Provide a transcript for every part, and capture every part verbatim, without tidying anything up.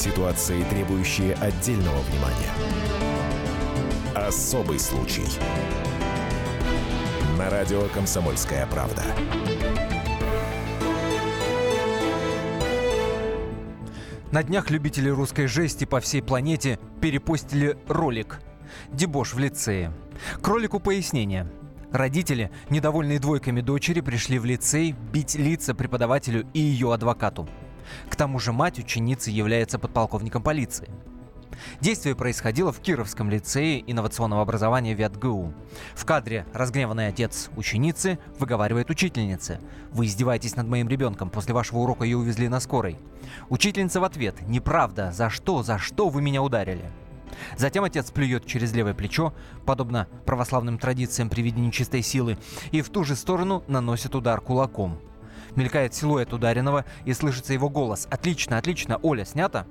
Ситуации, требующие отдельного внимания. Особый случай. На радио «Комсомольская правда». На днях любители русской жести по всей планете перепостили ролик «Дебош в лицее». К ролику пояснение. Родители, недовольные двойками дочери, пришли в лицей бить лица преподавателю и ее адвокату. К тому же мать ученицы является подполковником полиции. Действие происходило в Кировском лицее инновационного образования ВятГУ. В кадре разгневанный отец ученицы выговаривает учительнице: «Вы издеваетесь над моим ребенком, после вашего урока ее увезли на скорой». Учительница в ответ: «Неправда, за что, за что вы меня ударили?» Затем отец плюет через левое плечо, подобно православным традициям при виде нечистой силы, и в ту же сторону наносит удар кулаком. Мелькает силуэт ударенного, и слышится его голос: «Отлично, отлично, Оля, снято?»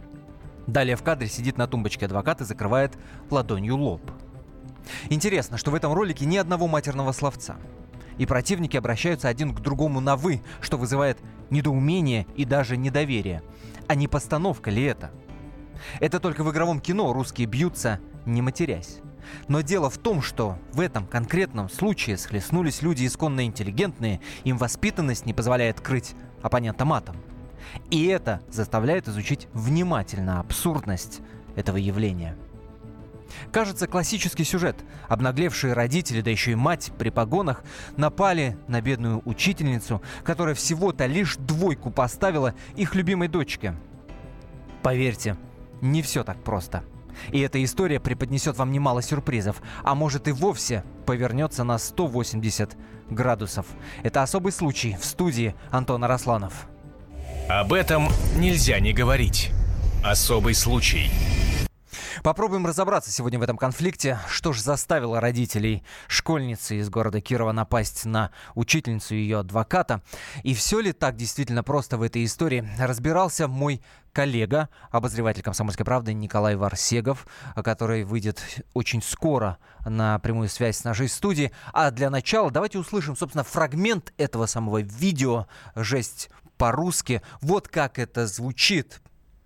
Далее в кадре сидит на тумбочке адвокат и закрывает ладонью лоб. Интересно, что в этом ролике ни одного матерного словца. И противники обращаются один к другому на «вы», что вызывает недоумение и даже недоверие. А не постановка ли это? Это только в игровом кино русские бьются, не матерясь. Но дело в том, что в этом конкретном случае схлестнулись люди исконно интеллигентные, им воспитанность не позволяет крыть оппонента матом. И это заставляет изучить внимательно абсурдность этого явления. Кажется, классический сюжет. Обнаглевшие родители, да еще и мать при погонах, напали на бедную учительницу, которая всего-то лишь двойку поставила их любимой дочке. Поверьте, не все так просто. И эта история преподнесет вам немало сюрпризов, а может и вовсе повернется на сто восемьдесят градусов. Это особый случай. В студии Антон Арасланов. Об этом нельзя не говорить. Особый случай. Попробуем разобраться сегодня в этом конфликте. Что же заставило родителей школьницы из города Кирова напасть на учительницу и ее адвоката? И все ли так действительно просто в этой истории? Разбирался мой коллега, обозреватель «Комсомольской правды» Николай Варсегов, который выйдет очень скоро на прямую связь с нашей студией. А для начала давайте услышим, собственно, фрагмент этого самого видео «Жесть по-русски». Вот как это звучит.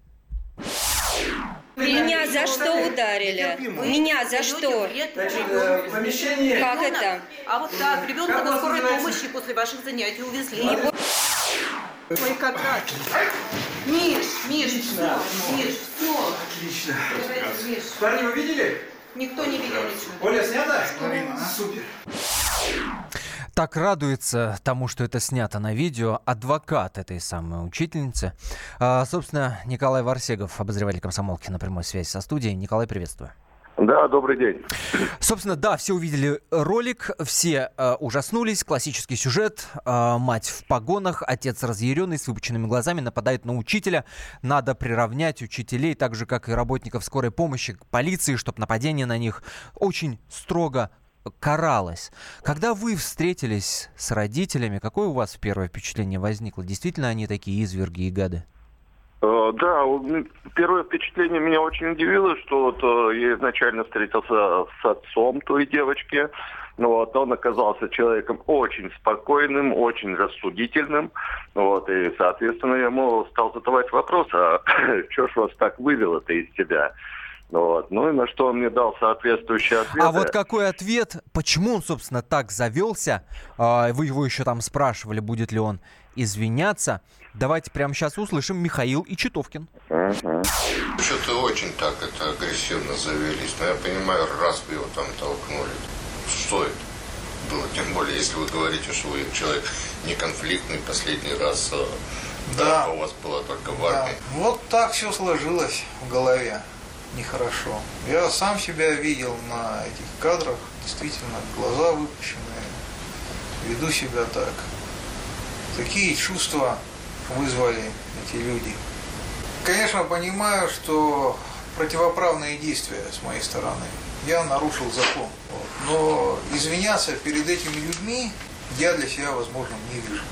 Меня за что ударили? Меня за что? Как это? А вот так, ребенка на скорой помощи после ваших занятий увезли. Ой, как рад. Миш, Миш, все, Миш, все. Отлично. Миш. Парни, вы видели? Никто не видел ничего. Оля, снята? Супер. Так радуется тому, что это снято на видео, адвокат этой самой учительницы. А, собственно, Николай Варсегов, обозреватель «Комсомолки», на прямой связи со студией. Николай, приветствую. Да, добрый день. Собственно, да, все увидели ролик, все э, ужаснулись. Классический сюжет. Э, мать в погонах, отец разъяренный, с выпученными глазами, нападает на учителя. Надо приравнять учителей, так же, как и работников скорой помощи, к полиции, чтобы нападение на них очень строго каралось. Когда вы встретились с родителями, какое у вас первое впечатление возникло? Действительно они такие изверги и гады? Да, первое впечатление меня очень удивило, что вот я изначально встретился с отцом той девочки, но вот он оказался человеком очень спокойным, очень рассудительным, вот, и, соответственно, я ему стал задавать вопрос: а что ж вас так вывело-то из себя? Вот. Ну и на что он мне дал соответствующий ответ. А вот какой ответ? Почему он, собственно, так завелся? Вы его еще там спрашивали, будет ли он извиняться. Давайте прямо сейчас услышим. Михаил Ичитовкин. Uh-huh. Что-то очень так это агрессивно завелись. Но я понимаю, раз вы его там толкнули. Что это было? Тем более, если вы говорите, что вы человек не конфликтный, последний раз да. Да, у вас было только в армии. Да. Вот так все сложилось в голове. Нехорошо. Я сам себя видел на этих кадрах, действительно, глаза выпущенные, веду себя так. Такие чувства вызвали эти люди. Конечно, понимаю, что противоправные действия с моей стороны. Я нарушил закон. Вот. Но извиняться перед этими людьми я для себя, возможно, не вижу.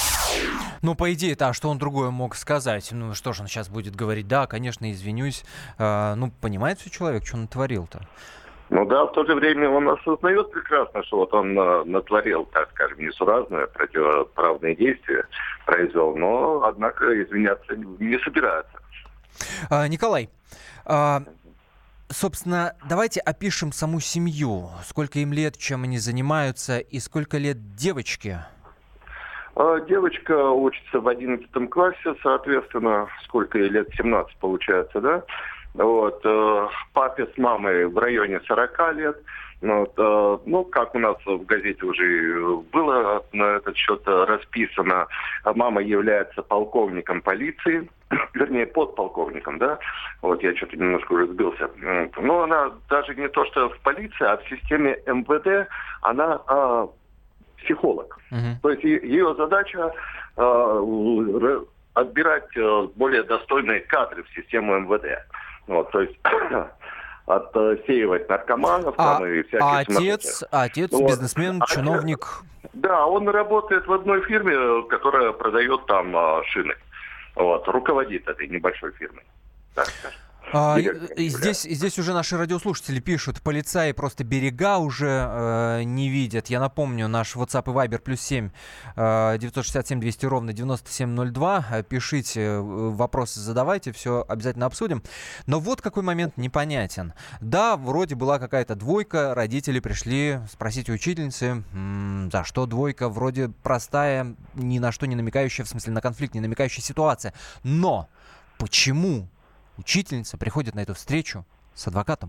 Ну, по идее-то, а что он другое мог сказать? Ну, что же он сейчас будет говорить? Да, конечно, извинюсь. А, ну, понимает все человек, что он натворил-то? Ну да, в то же время он осознает прекрасно, что вот он натворил, так скажем, несуразное, противоправные действия произвел, но, однако, извиняться не собирается. А, Николай, а, собственно, давайте опишем саму семью. Сколько им лет, чем они занимаются, и сколько лет девочке? Девочка учится в одиннадцатом классе, соответственно, сколько ей лет, семнадцать получается, да? Вот, папе с мамой в районе сорока лет. Вот, ну, как у нас в газете уже было на этот счет расписано, мама является полковником полиции, вернее, подполковником, да? Вот, я что-то немножко уже сбился. Но она даже не то, что в полиции, а в системе эм вэ дэ, она... психолог. Uh-huh. То есть ее задача э, отбирать э, более достойные кадры в систему эм вэ дэ. Вот, то есть отсеивать наркоманов а, там, и всяких... А отец, а отец вот. бизнесмен, а чиновник? Да, он работает в одной фирме, которая продает там э, шины. Вот, руководит этой небольшой фирмой. Так скажем. А, и здесь, здесь уже наши радиослушатели пишут, полицаи просто берега уже э, не видят. Я напомню, наш WhatsApp и Viber плюс семь девятьсот шестьдесят семь двести ровно девяносто семь ноль два. Пишите, вопросы задавайте, все обязательно обсудим. Но вот какой момент непонятен. Да, вроде была какая-то двойка, родители пришли спросить у учительницы, м-м, за что двойка, вроде простая, ни на что не намекающая, в смысле на конфликт не намекающая ситуация. Но почему учительница приходит на эту встречу с адвокатом?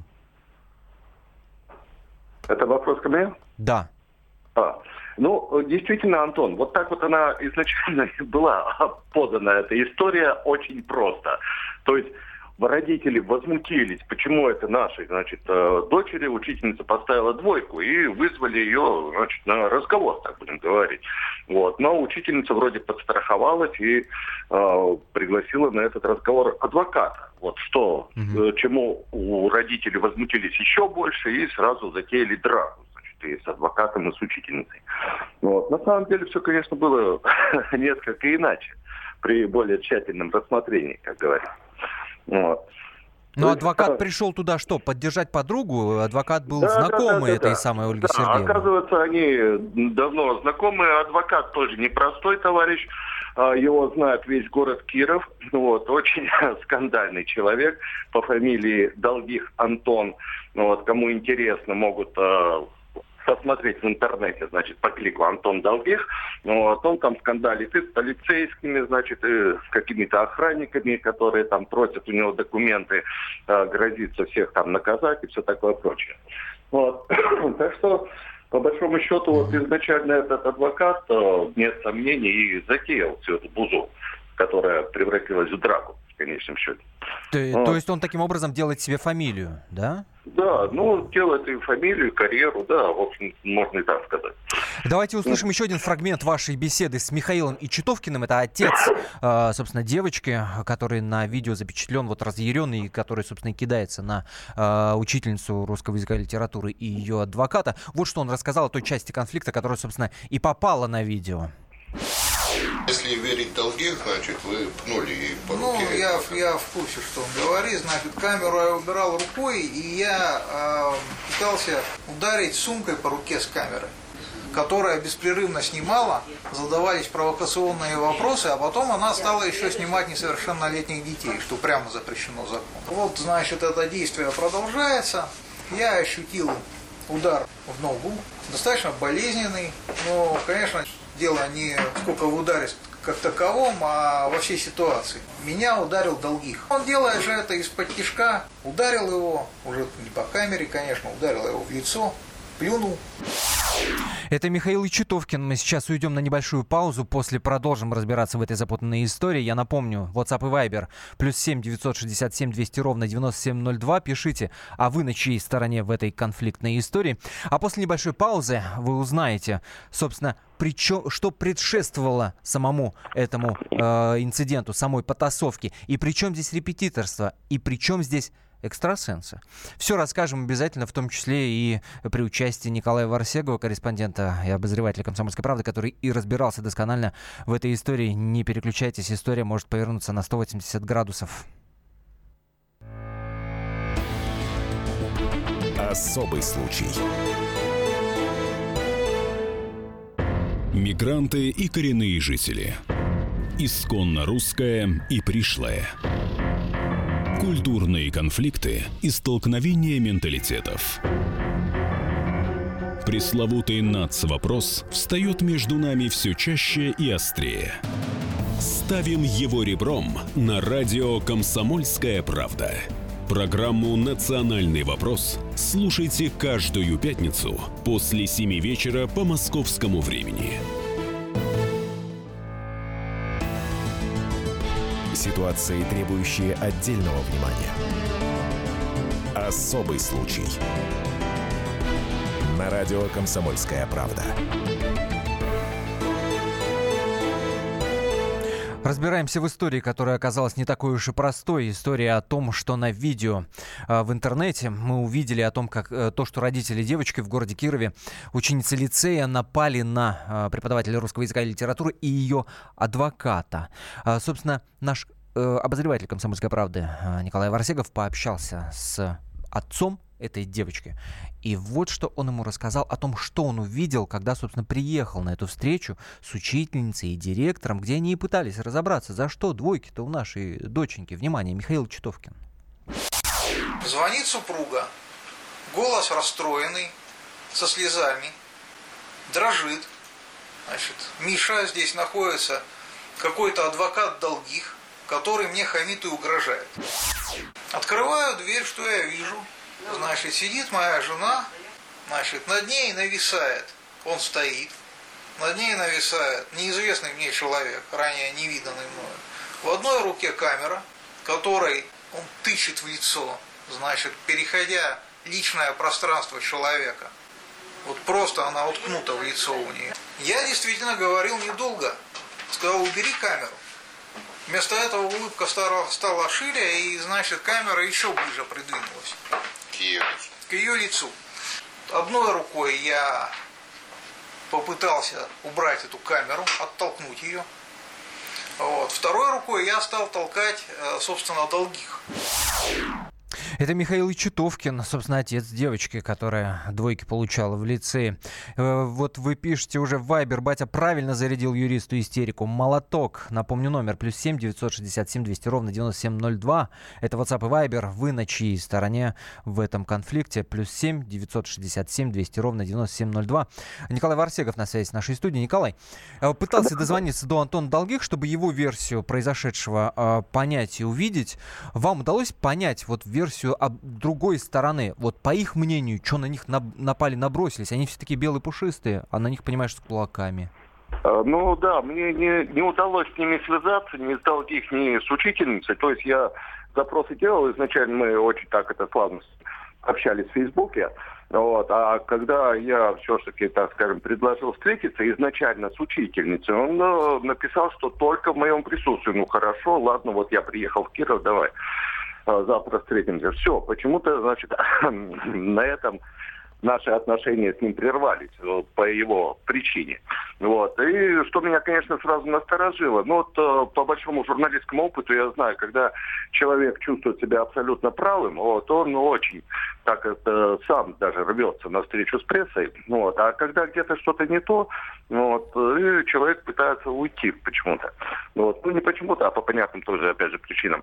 Это вопрос ко мне? Да. А, ну, действительно, Антон, вот так вот она изначально была подана, эта история, очень просто. То есть родители возмутились, почему это нашей, значит, дочери учительница поставила двойку, и вызвали ее, значит, на разговор, так будем говорить. Вот. Но учительница вроде подстраховалась и э, пригласила на этот разговор адвоката. Вот что, mm-hmm. чему у родителей возмутились еще больше и сразу затеяли драку, значит, и с адвокатом, и с учительницей. Вот. На самом деле все, конечно, было несколько иначе, при более тщательном рассмотрении, как говорится. Вот. Но адвокат есть, пришел туда что, поддержать подругу? Адвокат был да, знакомый да, да, этой да. самой Ольги да, Сергеевны. Оказывается, они давно знакомы. Адвокат тоже непростой товарищ. Его знает весь город Киров. Вот, очень скандальный человек по фамилии Долгих Антон. Вот, кому интересно, могут посмотреть в интернете, значит, по клику Антон Долгих. Вот, он там скандалит и с полицейскими, значит, и с какими-то охранниками, которые там просят у него документы, э, грозится всех там наказать и все такое прочее. Вот. Так что, по большому счету, вот изначально этот адвокат, э, нет сомнений, и затеял всю эту бузу, которая превратилась в драку в конечном счете. То, вот. То есть он таким образом делает себе фамилию, да? Да, ну, делает и фамилию, и карьеру, да, в общем, можно и так сказать. Давайте услышим еще один фрагмент вашей беседы с Михаилом Ичитовкиным. Это отец, э, собственно, девочки, который на видео запечатлен, вот разъяренный, который, собственно, кидается на э, учительницу русского языка и литературы и ее адвоката. Вот что он рассказал о той части конфликта, которая, собственно, и попала на видео. Если верить Долгих, значит, вы пнули ей по руке. Ну, я, я в курсе, что он говорит. Значит, камеру я убирал рукой, и я э, пытался ударить сумкой по руке с камерой, которая беспрерывно снимала, задавались провокационные вопросы, а потом она стала еще снимать несовершеннолетних детей, что прямо запрещено законом. Вот, значит, это действие продолжается. Я ощутил удар в ногу, достаточно болезненный, но, конечно, дело не сколько в ударе как таковом, а во всей ситуации. Меня ударил Долгих. Он, делая же это из-под тишка, ударил его, уже не по камере, конечно, ударил его в лицо, плюнул. Это Михаил Ичитовкин. Мы сейчас уйдем на небольшую паузу. После продолжим разбираться в этой запутанной истории. Я напомню, WhatsApp и Viber плюс семь девятьсот шестьдесят семь двести ровно девяносто семь ноль два. Пишите, а вы на чьей стороне в этой конфликтной истории. А после небольшой паузы вы узнаете, собственно, причем, что предшествовало самому этому э, инциденту, самой потасовке. И при чем здесь репетиторство, и при чем здесь экстрасенсы. Все расскажем обязательно, в том числе и при участии Николая Варсегова, корреспондента и обозревателя «Комсомольской правды», который и разбирался досконально в этой истории. Не переключайтесь, история может повернуться на сто восемьдесят градусов. Особый случай. Мигранты и коренные жители. Исконно русское и пришлое. Культурные конфликты и столкновения менталитетов. Пресловутый НАЦ-вопрос встает между нами все чаще и острее. Ставим его ребром на радио «Комсомольская правда». Программу «Национальный вопрос» слушайте каждую пятницу после семи вечера по московскому времени. Ситуации, требующие отдельного внимания. Особый случай. На радио «Комсомольская правда». Разбираемся в истории, которая оказалась не такой уж и простой. История о том, что на видео э, в интернете мы увидели о том, как э, то, что родители девочки в городе Кирове, ученицы лицея, напали на э, преподавателя русского языка и литературы и ее адвоката. Э, собственно, наш э, обозреватель «Комсомольской правды» э, Николай Варсегов пообщался с отцом этой девочки. И вот что он ему рассказал о том, что он увидел, когда, собственно, приехал на эту встречу с учительницей и директором, где они и пытались разобраться, за что двойки-то у нашей доченьки. Внимание, Михаил Читовкин. Звонит супруга, голос расстроенный, со слезами, дрожит. Значит, Миша, здесь находится какой-то адвокат Долгих, который мне хамит и угрожает. Открываю дверь, что я вижу? Значит, сидит моя жена, значит, над ней нависает, он стоит, над ней нависает неизвестный мне человек, ранее не виданный мною. В одной руке камера, которой он тычет в лицо, значит, переходя личное пространство человека. Вот просто она уткнута в лицо у нее. Я действительно говорил недолго, сказал, убери камеру. Вместо этого улыбка стала, стала шире, и, значит, камера еще ближе придвинулась. К ее лицу. К ее лицу. Одной рукой я попытался убрать эту камеру, оттолкнуть ее. Вот. Второй рукой я стал толкать, собственно, Долгих. Это Михаил Читовкин, собственно, отец девочки, которая двойки получала в лицее. Вот вы пишете уже в Viber: батя правильно зарядил юристу истерику. Молоток. Напомню, номер плюс семь девятьсот шестьдесят семь двести ровно девяносто семь ноль два. Это WhatsApp и Viber. Вы на чьей стороне в этом конфликте? Плюс семь девятьсот шестьдесят семь двести ровно девяносто семь ноль два. Николай Варсегов на связи с нашей студией. Николай, пытался дозвониться до Антона Долгих, чтобы его версию произошедшего понять и увидеть. Вам удалось понять вот версию а другой стороны, вот по их мнению, что на них напали, набросились? Они все такие белые, пушистые, а на них, понимаешь, с кулаками. Ну да, мне не, не удалось с ними связаться, ни с Долгих, ни с учительницей. То есть я запросы делал, изначально мы очень так это славно общались в Фейсбуке. Вот. А когда я все-таки, так скажем, предложил встретиться изначально с учительницей, он ну, написал, что только в моем присутствии. Ну хорошо, ладно, вот я приехал в Киров, давай. Завтра встретимся. Все, почему-то, значит, на этом наши отношения с ним прервались по его причине. Вот. И что меня, конечно, сразу насторожило. Ну, вот по большому журналистскому опыту я знаю, когда человек чувствует себя абсолютно правым, вот, он очень так это сам даже рвется навстречу с прессой. Вот. А когда где-то что-то не то, вот, и человек пытается уйти почему-то. Вот. Ну, не почему-то, а по понятным тоже, опять же, причинам.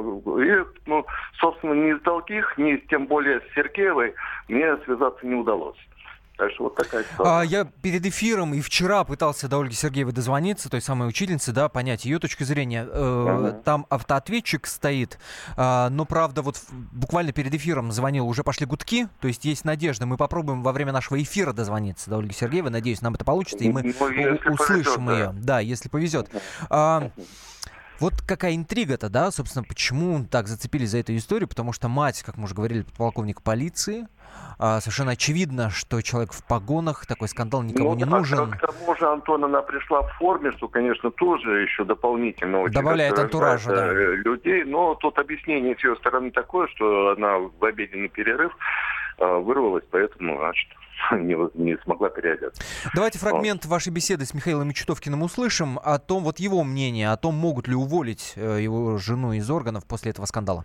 И, ну, собственно, ни с Долгих, ни тем более с Сергеевой мне связаться не удалось. Так что вот такая ситуация. А, я перед эфиром и вчера пытался до Ольги Сергеевой дозвониться, той самой учительницы, да, понять ее точку зрения. Э, uh-huh. Там автоответчик стоит, э, но, правда, вот буквально перед эфиром звонил, уже пошли гудки, то есть есть надежда. Мы попробуем во время нашего эфира дозвониться до Ольги Сергеевой. Надеюсь, нам это получится, и мы ну, у- услышим повезет, ее. Да. да, если повезет. Uh-huh. А, Вот какая интрига-то, да, собственно, почему так зацепились за эту историю, потому что мать, как мы уже говорили, подполковник полиции, а, совершенно очевидно, что человек в погонах, такой скандал никому ну, не да, нужен. К тому же, Антон, она пришла в форме, что, конечно, тоже еще дополнительно очень добавляет антуража, да. людей, но тут объяснение с ее стороны такое, что она в обеденный перерыв а, вырвалась, поэтому, значит, Не, не смогла переодеться. Давайте фрагмент вот. вашей беседы с Михаилом Читовкиным услышим, о том, вот его мнение, о том, могут ли уволить э, его жену из органов после этого скандала.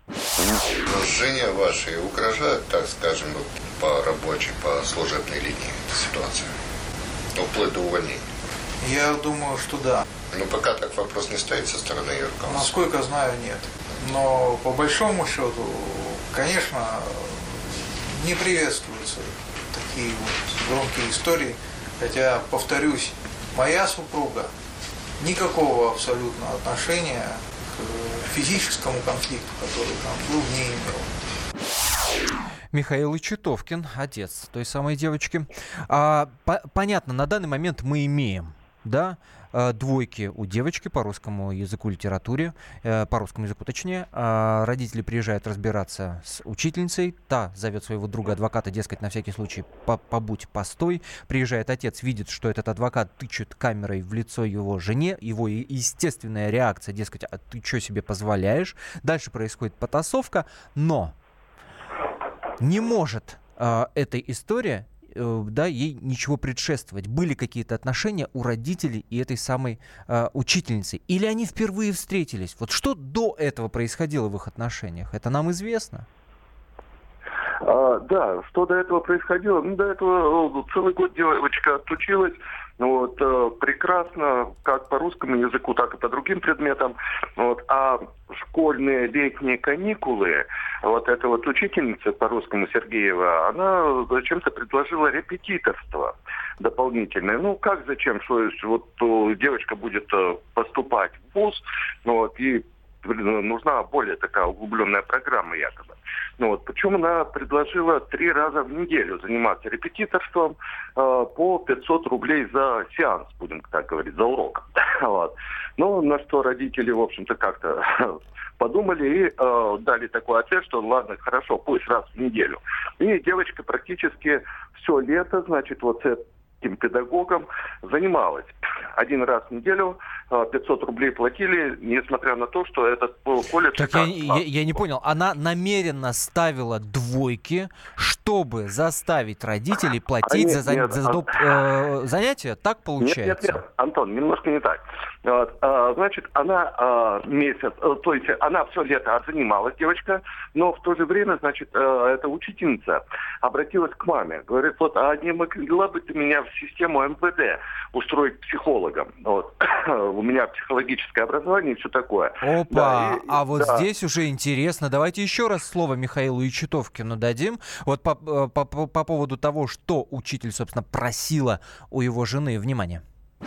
Жене вашей угрожают, так скажем, по рабочей, по служебной линии ситуации? Вплоть до увольнения? Я думаю, что да. Ну, пока так вопрос не стоит со стороны ее руководства. Насколько знаю, нет. Но по большому счету, конечно, не приветствуются такие вот громкие истории. Хотя, повторюсь, моя супруга никакого абсолютно отношения к физическому конфликту, который там был, не имел. Михаил Ичитовкин, отец той самой девочки. А, по- понятно, на данный момент мы имеем, да, двойки у девочки по русскому языку, литературе, э, по русскому языку точнее. Э, родители приезжают разбираться с учительницей, та зовет своего друга-адвоката, дескать, на всякий случай побудь, постой. Приезжает отец, видит, что этот адвокат тычет камерой в лицо его жене, его естественная реакция, дескать, а ты что себе позволяешь? Дальше происходит потасовка, но не может э, эта история, да, ей ничего предшествовать. Были какие-то отношения у родителей и этой самой э, учительницы? Или они впервые встретились? Вот что до этого происходило в их отношениях? Это нам известно? А, да, что до этого происходило? Ну, до этого целый год девочка отучилась. Вот, э, прекрасно, как по русскому языку, так и по другим предметам. Вот, а школьные летние каникулы, вот эта вот учительница по русскому Сергеева, она зачем-то предложила репетиторство дополнительное. Ну, как зачем? Что вот девочка будет поступать в вуз, вот, и нужна более такая углубленная программа якобы. Ну вот, причем она предложила три раза в неделю заниматься репетиторством э, по пятьсот рублей за сеанс, будем так говорить, за урок. Вот. Ну, на что родители, в общем-то, как-то подумали и э, дали такой ответ, что ладно, хорошо, пусть раз в неделю. И девочка практически все лето, значит, вот с этим педагогом занималась. Один раз в неделю пятьсот рублей платили, несмотря на то, что этот колледж... Так я, я, я не понял, она намеренно ставила двойки, чтобы заставить родителей платить а нет, за, нет, за, за а... э, занятия? Так получается? Нет, нет, нет, Антон, немножко не так. Вот, а, значит, она а, месяц, то есть она все лето занималась, девочка, но в то же время, значит, а, эта учительница обратилась к маме. Говорит, вот, а не могла бы ты меня в систему эм вэ дэ устроить психологом? Вот. У меня психологическое образование и все такое. Опа, да, и, а вот да. здесь уже интересно. Давайте еще раз слово Михаилу Ичитовкину дадим. Вот по, по, по, по поводу того, что учитель, собственно, просила у его жены. Внимание.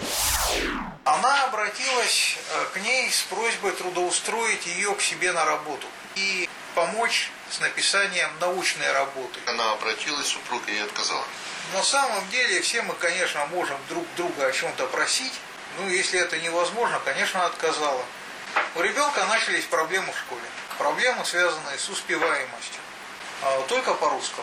Она обратилась к ней с просьбой трудоустроить ее к себе на работу и помочь с написанием научной работы. Она обратилась, супруг ей отказал. На самом деле все мы, конечно, можем друг друга о чем-то просить. Ну, если это невозможно, конечно, отказала. У ребенка начались проблемы в школе. Проблемы, связанные с успеваемостью. А только по-русски.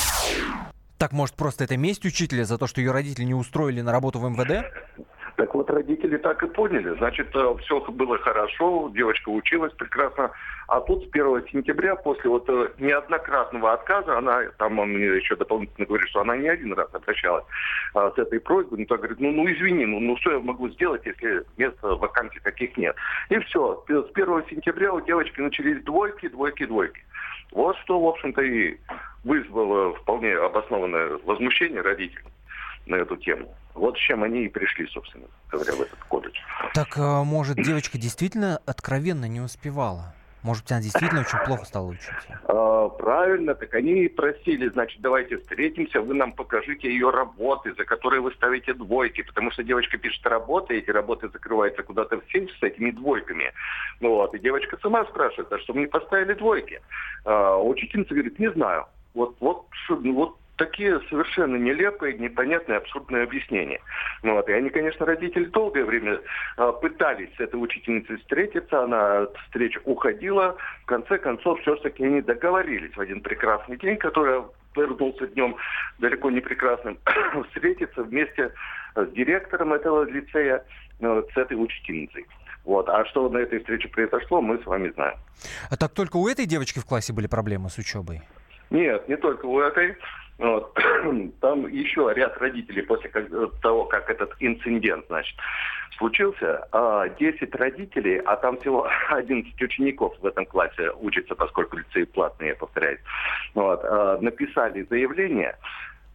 Так, может, просто это месть учителя за то, что ее родители не устроили на работу в эм вэ дэ? Так вот, родители так и поняли. Значит, все было хорошо, девочка училась прекрасно. А тут с первого сентября, после вот неоднократного отказа, она, там он мне еще дополнительно говорит, что она не один раз обращалась а, с этой просьбой. Ну, так говорит, ну, ну извини, ну, ну что я могу сделать, если мест вакансий таких нет. И все, с первого сентября у девочки начались двойки, двойки, двойки. Вот что, в общем-то, и вызвало вполне обоснованное возмущение родителей на эту тему. Вот с чем они и пришли, собственно говоря, в этот колледж. Так, может, девочка действительно откровенно не успевала? Может быть, она действительно очень плохо стала учиться? А, правильно, так они и просили, значит, давайте встретимся, вы нам покажите ее работы, за которые вы ставите двойки, потому что девочка пишет работы, эти работы закрываются куда-то в сейф с этими двойками. Ну вот, и девочка сама спрашивает, а что мне поставили двойки? А, учительница говорит, не знаю. Вот, вот, вот такие совершенно нелепые, непонятные, абсурдные объяснения. Ну, вот. И они, конечно, родители долгое время а, пытались с этой учительницей встретиться, она от встреч уходила. В конце концов, все-таки они договорились в один прекрасный день, который повернулся днем далеко не прекрасным, встретиться вместе с директором этого лицея, ну, с этой учительницей. Вот. А что на этой встрече произошло, мы с вами знаем. А так только у этой девочки в классе были проблемы с учебой? Нет, не только у этой. Вот. Там еще ряд родителей после того, как этот инцидент, значит, случился, десять родителей, а там всего одиннадцать учеников в этом классе учатся, поскольку лицей платный, я повторяю, вот, написали заявление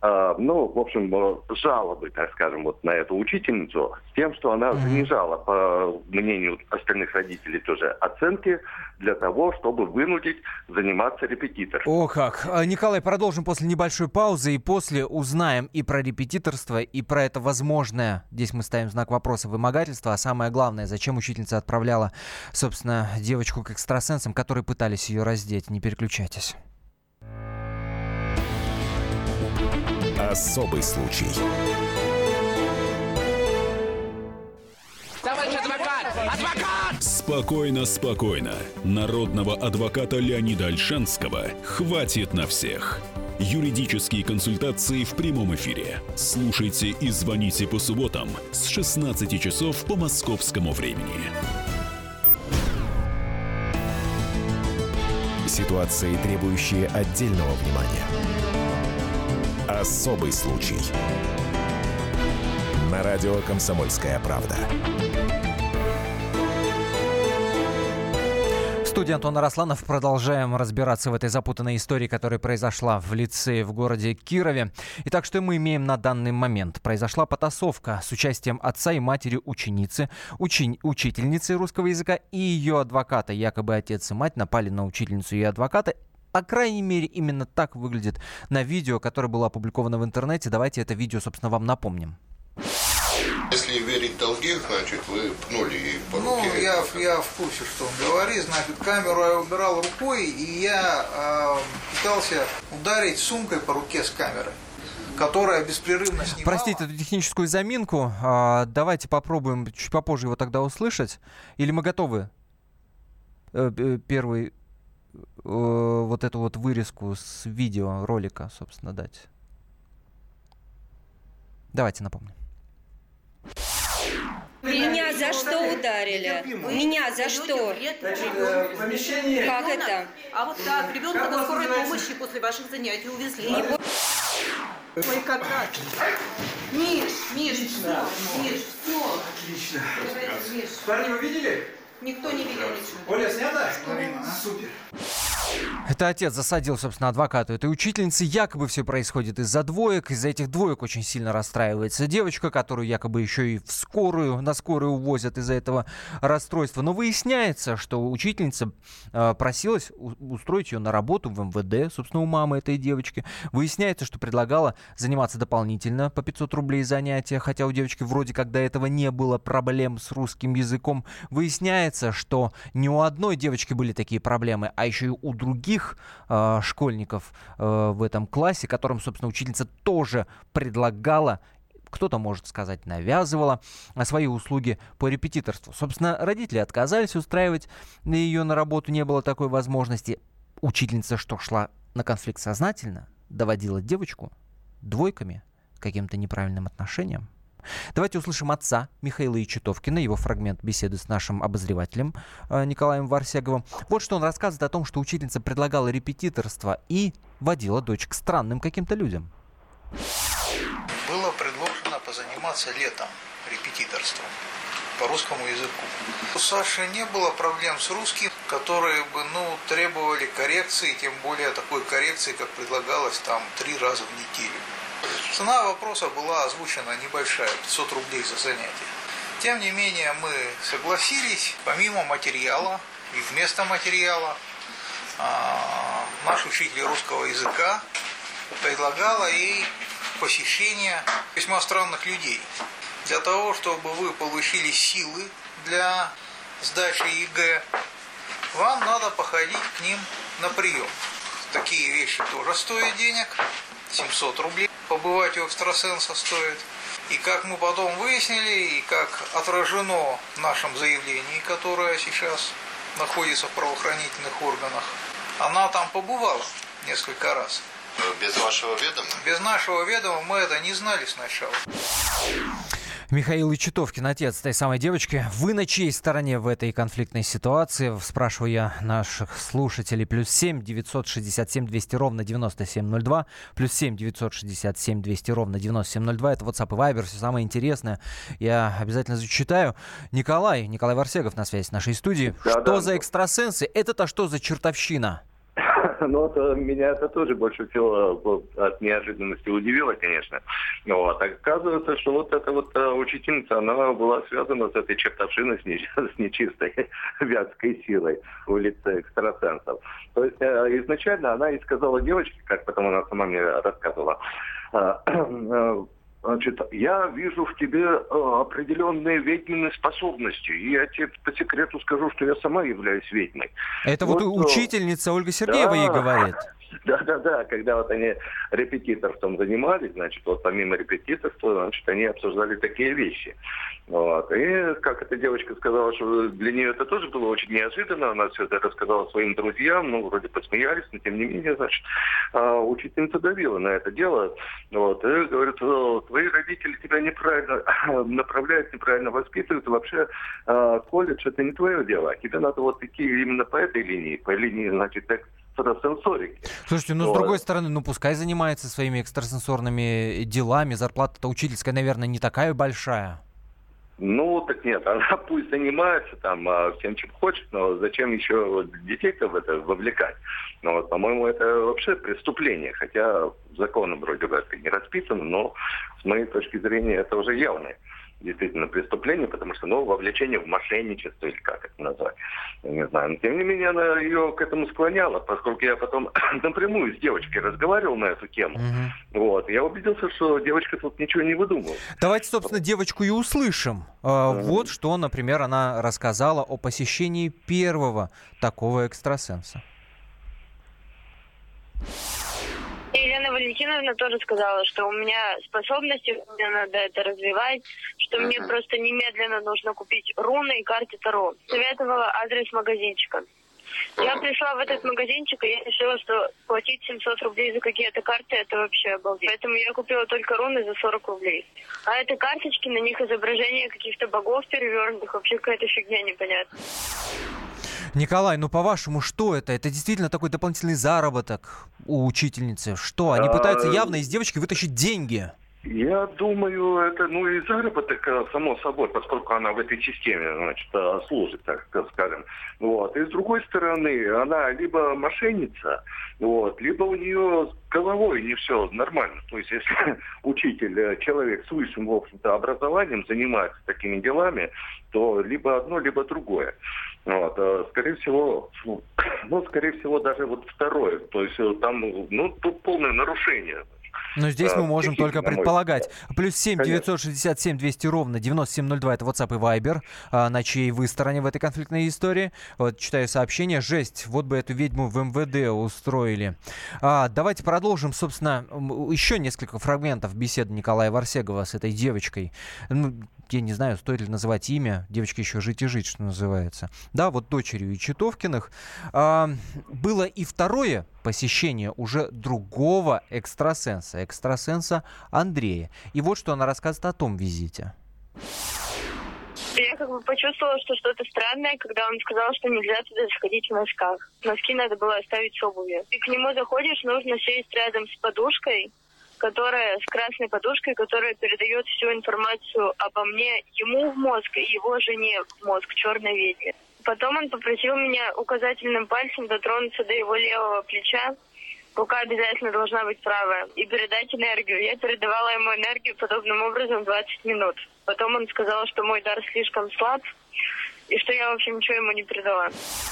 э, ну, в общем, э, жалобы, так скажем, вот на эту учительницу, с тем, что она занижала, по мнению остальных родителей тоже, оценки для того, чтобы вынудить заниматься репетиторством. О, как. Николай, продолжим после небольшой паузы, и после узнаем и про репетиторство, и про это возможное, здесь мы ставим знак вопроса, вымогательство, а самое главное, зачем учительница отправляла, собственно, девочку к экстрасенсам, которые пытались ее раздеть. Не переключайтесь. Особый случай. Товарищ адвокат! Адвокат! Спокойно, спокойно. Народного адвоката Леонида Ольшанского хватит на всех. Юридические консультации в прямом эфире. Слушайте и звоните по субботам с шестнадцати часов по московскому времени. Ситуации, требующие отдельного внимания. Особый случай. На радио «Комсомольская правда». В студии Антон Арасланов. Продолжаем разбираться в этой запутанной истории, которая произошла в лицее в городе Кирове. Итак, что мы имеем на данный момент? Произошла потасовка с участием отца и матери ученицы, учень, учительницы русского языка и ее адвоката. Якобы отец и мать напали на учительницу и ее адвоката. По крайней мере, именно так выглядит на видео, которое было опубликовано в интернете. Давайте это видео, собственно, вам напомним. Если верить Долгих, значит, вы пнули ей по руке. Ну, я, я в курсе, что он говорит. Значит, камеру я убирал рукой, и я э, пытался ударить сумкой по руке с камерой, которая беспрерывно снимала. Простите эту техническую заминку. А, давайте попробуем чуть попозже его тогда услышать. Или мы готовы э, первый... вот эту вот вырезку с видеоролика, собственно, дать. Давайте напомню. Меня за что ударили? Меня за что? Как это? А вот так, ребенка на скорой помощи после ваших занятий увезли. Ой, как рад. Миш, Миш, все, Миш, все. Отлично. Миш. Парни, вы видели? Никто не видел ничего. Оля, снята? Супер. Это отец засадил, собственно, адвокату этой учительницы. Якобы все происходит из-за двоек. Из-за этих двоек очень сильно расстраивается девочка, которую якобы еще и в скорую, на скорую увозят из-за этого расстройства. Но выясняется, что учительница э, просилась у- устроить ее на работу в эм вэ дэ, собственно, у мамы этой девочки. Выясняется, что предлагала заниматься дополнительно по пятьсот рублей занятия, хотя у девочки вроде как до этого не было проблем с русским языком. Выясняется, что не у одной девочки были такие проблемы, а еще и у других э, школьников э, в этом классе, которым, собственно, учительница тоже предлагала, кто-то может сказать, навязывала свои услуги по репетиторству. Собственно, родители отказались устраивать ее на работу, не было такой возможности. Учительница что, шла на конфликт сознательно? Доводила девочку двойками к каким-то неправильным отношениям? Давайте услышим отца Михаила Ичитовкина, его фрагмент беседы с нашим обозревателем э, Николаем Варсеговым. Вот что он рассказывает о том, что учительница предлагала репетиторство и водила дочь к странным каким-то людям. Было предложено позаниматься летом репетиторством по русскому языку. У Саши не было проблем с русским, которые бы, ну, требовали коррекции, тем более такой коррекции, как предлагалось там три раза в неделю. Цена вопроса была озвучена небольшая, пятьсот рублей за занятие. Тем не менее, мы согласились, помимо материала и вместо материала, наш учитель русского языка предлагала ей посещение весьма странных людей. Для того, чтобы вы получили силы для сдачи ЕГЭ, вам надо походить к ним на прием. Такие вещи тоже стоят денег, семьсот рублей. Побывать у экстрасенса стоит. И как мы потом выяснили, и как отражено в нашем заявлении, которое сейчас находится в правоохранительных органах, она там побывала несколько раз. Без вашего ведома? Без нашего ведома мы это не знали сначала. Михаил Ичитовкин, отец этой самой девочки. Вы на чьей стороне в этой конфликтной ситуации? Спрашиваю я наших слушателей. Плюс семь девятьсот шестьдесят семь двести ровно девяносто семь ноль два. Плюс семь девятьсот шестьдесят семь двести ровно девяносто семь ноль два. Это WhatsApp и Viber. Все самое интересное я обязательно зачитаю. Николай, Николай Варсегов на связи с нашей студией. Да, что да. за экстрасенсы? Это-то что за чертовщина? ну, вот, меня это тоже больше всего вот, от неожиданности удивило, конечно. Вот. Оказывается, что вот эта вот учительница, она была связана с этой чертовщиной, с, неч... с нечистой вятской силой в лице экстрасенсов. То есть изначально она и сказала девочке, как потом она сама мне рассказывала, значит, я вижу в тебе э, определенные ведьминые способности. И я тебе по секрету скажу, что я сама являюсь ведьмой. Это вот, вот учительница Ольга Сергеева да. ей говорит. Да-да-да, когда вот они репетиторством занимались, значит, вот помимо репетиторства, значит, они обсуждали такие вещи. Вот. И, как эта девочка сказала, что для нее это тоже было очень неожиданно, она все это рассказала своим друзьям, ну, вроде посмеялись, но тем не менее, значит, учительница давила на это дело. Вот. И говорит, твои родители тебя неправильно направляют, неправильно воспитывают, и вообще колледж это не твое дело, тебе надо вот идти именно по этой линии, по линии, значит, экстрасенсорики. Слушайте, ну, вот. С другой стороны, ну, пускай занимается своими экстрасенсорными делами, зарплата-то учительская, наверное, не такая большая. Ну, так нет, она пусть занимается там всем, чем хочет, но зачем еще детей-то в это вовлекать? Ну, вот, по-моему, это вообще преступление, хотя законом вроде бы это не расписано, но с моей точки зрения это уже явное действительно преступление, потому что, ну, вовлечение в мошенничество, или как это назвать, я не знаю. Но, тем не менее, она ее к этому склоняла, поскольку я потом напрямую с девочкой разговаривал на эту тему. Угу. Вот. Я убедился, что девочка тут ничего не выдумывала. Давайте, собственно, девочку и услышим. Mm-hmm. Вот что, например, она рассказала о посещении первого такого экстрасенса. Елена Валентиновна тоже сказала, что у меня способности, мне надо это развивать, что мне просто немедленно нужно купить руны и карты Таро. Советовала адрес магазинчика. Я пришла в этот магазинчик, и я решила, что платить семьсот рублей за какие-то карты, это вообще обалдеть. Поэтому я купила только руны за сорок рублей. А это карточки, на них изображение каких-то богов перевернутых, вообще какая-то фигня непонятная. Николай, ну по-вашему, что это? Это действительно такой дополнительный заработок у учительницы? Что, они пытаются явно из девочки вытащить деньги? Я думаю, это, ну, и заработок, само собой, поскольку она в этой системе, значит, служит, так скажем. Вот. И с другой стороны, она либо мошенница, вот, либо у нее с головой не все нормально. То есть, если учитель, человек с высшим, в общем-то, образованием занимается такими делами, то либо одно, либо другое. Вот. Скорее всего, ну, скорее всего, даже вот второе. То есть, там, ну, тут полное нарушение. Но здесь да, мы можем только предполагать. Плюс семь девятьсот шестьдесят семь двести ровно девяносто семь ноль два. Это WhatsApp и Viber. А, на чьей вы стороне в этой конфликтной истории? Вот читаю сообщение. Жесть, вот бы эту ведьму в эм вэ дэ устроили. А, давайте продолжим, собственно, еще несколько фрагментов беседы Николая Варсегова с этой девочкой. Ну, я не знаю, стоит ли называть имя. Девочке еще жить и жить, что называется. Да, вот дочерью Ичитовкиных. А, было и второе посещение уже другого экстрасенса. Экстрасенса Андрея. И вот что она рассказывает о том визите. Я как бы почувствовала, что что-то странное, когда он сказал, что нельзя туда сходить в носках. Носки надо было оставить с обувью. Ты к нему заходишь, нужно сесть рядом с подушкой, которая с красной подушкой, которая передает всю информацию обо мне ему в мозг и его жене в мозг, черной ведьме. Потом он попросил меня указательным пальцем дотронуться до его левого плеча. Рука обязательно должна быть правая. И передать энергию. Я передавала ему энергию подобным образом двадцать минут. Потом он сказал, что мой дар слишком слаб, и что я, в общем, ничего ему не передала.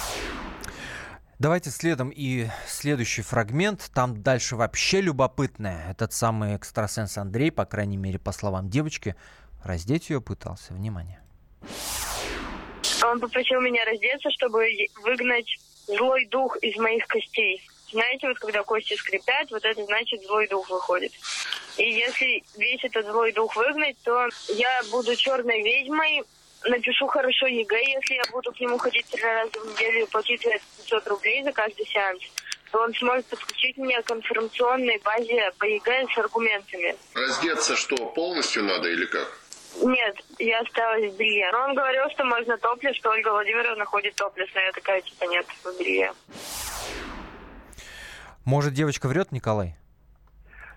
Давайте следом и следующий фрагмент. Там дальше вообще любопытное. Этот самый экстрасенс Андрей, по крайней мере, по словам девочки, раздеть ее пытался. Внимание. Он попросил меня раздеться, чтобы выгнать злой дух из моих костей. Знаете, вот когда кости скрипят, вот это значит злой дух выходит. И если весь этот злой дух выгнать, то я буду черной ведьмой, напишу хорошо ЕГЭ, если я буду к нему ходить три раза в неделю и платить пятьсот рублей за каждый сеанс, то он сможет подключить меня к информационной базе по ЕГЭ с аргументами. Раздеться что, полностью надо или как? Нет, я осталась в белье. Но он говорил, что можно топлес, что Ольга Владимировна ходит топлес, но я такая, типа, нет, в белье. Может, девочка врет, Николай?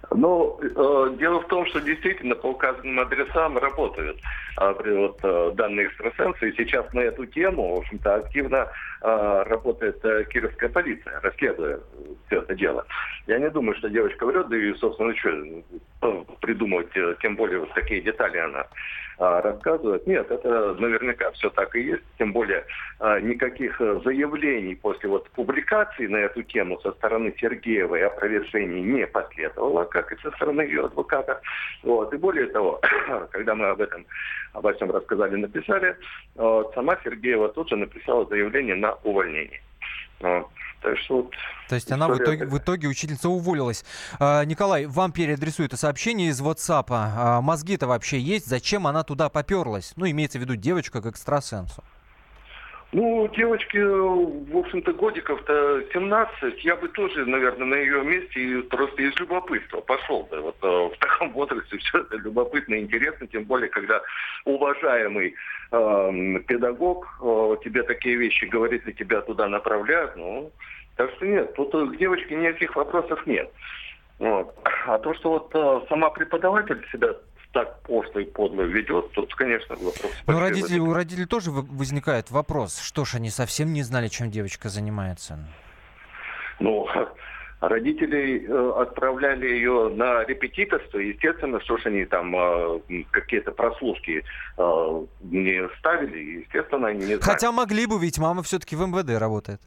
Ну, э, дело в том, что действительно по указанным адресам работают э, вот, э, данные экстрасенсы. И сейчас на эту тему, в общем-то, активно э, работает э, кировская полиция, расследуя все это дело. Я не думаю, что девочка врет, да и, собственно, что придумывать, э, тем более вот такие детали она э, рассказывает. Нет, это наверняка все так и есть. Тем более э, никаких заявлений после вот публикации на эту тему со стороны Сергеевой опровержений не последовало, как и со стороны ее адвоката. Вот. И более того, когда мы об этом, обо всем рассказали, написали, вот, сама Сергеева тут же написала заявление на увольнение. Вот. Так что вот, То есть она в итоге, в итоге учительница уволилась. А, Николай, вам переадресуют сообщение из WhatsApp. А, мозги-то вообще есть? Зачем она туда поперлась? Ну, имеется в виду девочка к экстрасенсу. Ну, девочке, в общем-то, годиков-то семнадцать, я бы тоже, наверное, на ее месте просто из любопытства пошел бы. Вот э, в таком возрасте все это любопытно и интересно, тем более, когда уважаемый э, педагог э, тебе такие вещи говорит и тебя туда направляют. Ну, так что нет, тут к девочке никаких вопросов нет. Вот. А то, что вот э, сама преподаватель себя так пошло и подло ведет, тут, конечно, вопрос. Но родители, у родителей тоже возникает вопрос, что ж, они совсем не знали, чем девочка занимается. Ну, родители э, отправляли ее на репетиторство, естественно, что ж они там э, какие-то прослушки э, не ставили, естественно, они не знали. Хотя могли бы, ведь мама все-таки в эм вэ дэ работает.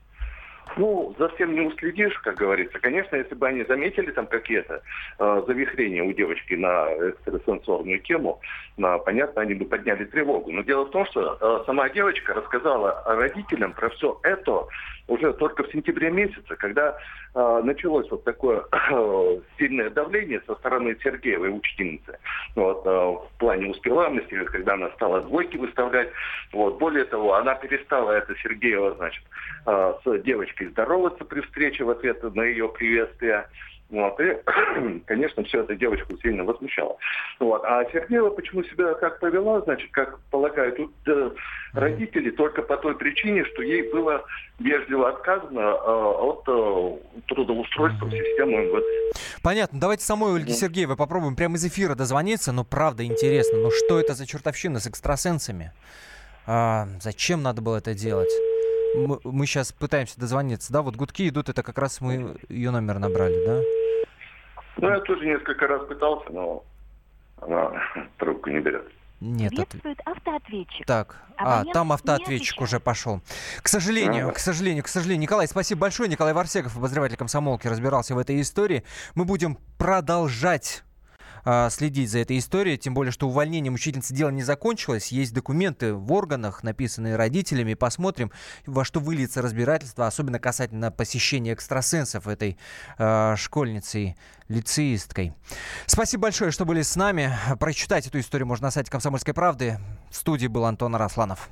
Ну, за всем не уследишь, как говорится. Конечно, если бы они заметили там какие-то э, завихрения у девочки на экстрасенсорную тему, на, понятно, они бы подняли тревогу. Но дело в том, что э, сама девочка рассказала родителям про все это уже только в сентябре месяце, когда э, началось вот такое э, сильное давление со стороны Сергеевой учительницы. Вот, э, в плане успеваемости, когда она стала двойки выставлять. Вот, более того, она перестала, это Сергеева, значит, э, с девочкой здороваться при встрече в ответ на ее приветствие. Вот, и, конечно, все это девочку сильно возмущало. Вот. А Сергеева почему себя так повела, значит, как полагают тут, э, родители, только по той причине, что ей было вежливо отказано э, от э, трудоустройства в систему эм вэ дэ. Понятно. Давайте самой Ольге Сергеевой попробуем прямо из эфира дозвониться. Но правда интересно, ну что это за чертовщина с экстрасенсами? А, зачем надо было это делать? Мы, мы сейчас пытаемся дозвониться, да? Вот гудки идут, это как раз мы ее номер набрали, да? Ну, я тоже несколько раз пытался, но она трубку не берет. Нет, Приветствует автоответчик. Так, а, там автоответчик уже пошел. К сожалению, ага. к сожалению, к сожалению. Николай, спасибо большое. Николай Варсегов, обозреватель «Комсомолки», разбирался в этой истории. Мы будем продолжать следить за этой историей, тем более, что увольнением учительницы дело не закончилось. Есть документы в органах, написанные родителями. Посмотрим, во что выльется разбирательство, особенно касательно посещения экстрасенсов этой э, школьницей, лицеисткой. Спасибо большое, что были с нами. Прочитать эту историю можно на сайте «Комсомольской правды». В студии был Антон Арасланов.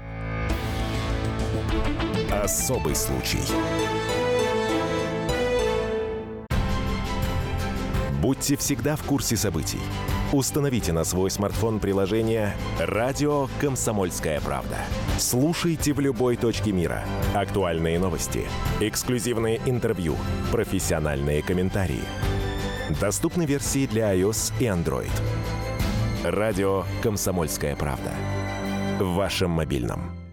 Особый случай. Будьте всегда в курсе событий. Установите на свой смартфон приложение «Радио Комсомольская правда». Слушайте в любой точке мира. Актуальные новости, эксклюзивные интервью, профессиональные комментарии. Доступны версии для iOS и Android. «Радио Комсомольская правда». В вашем мобильном.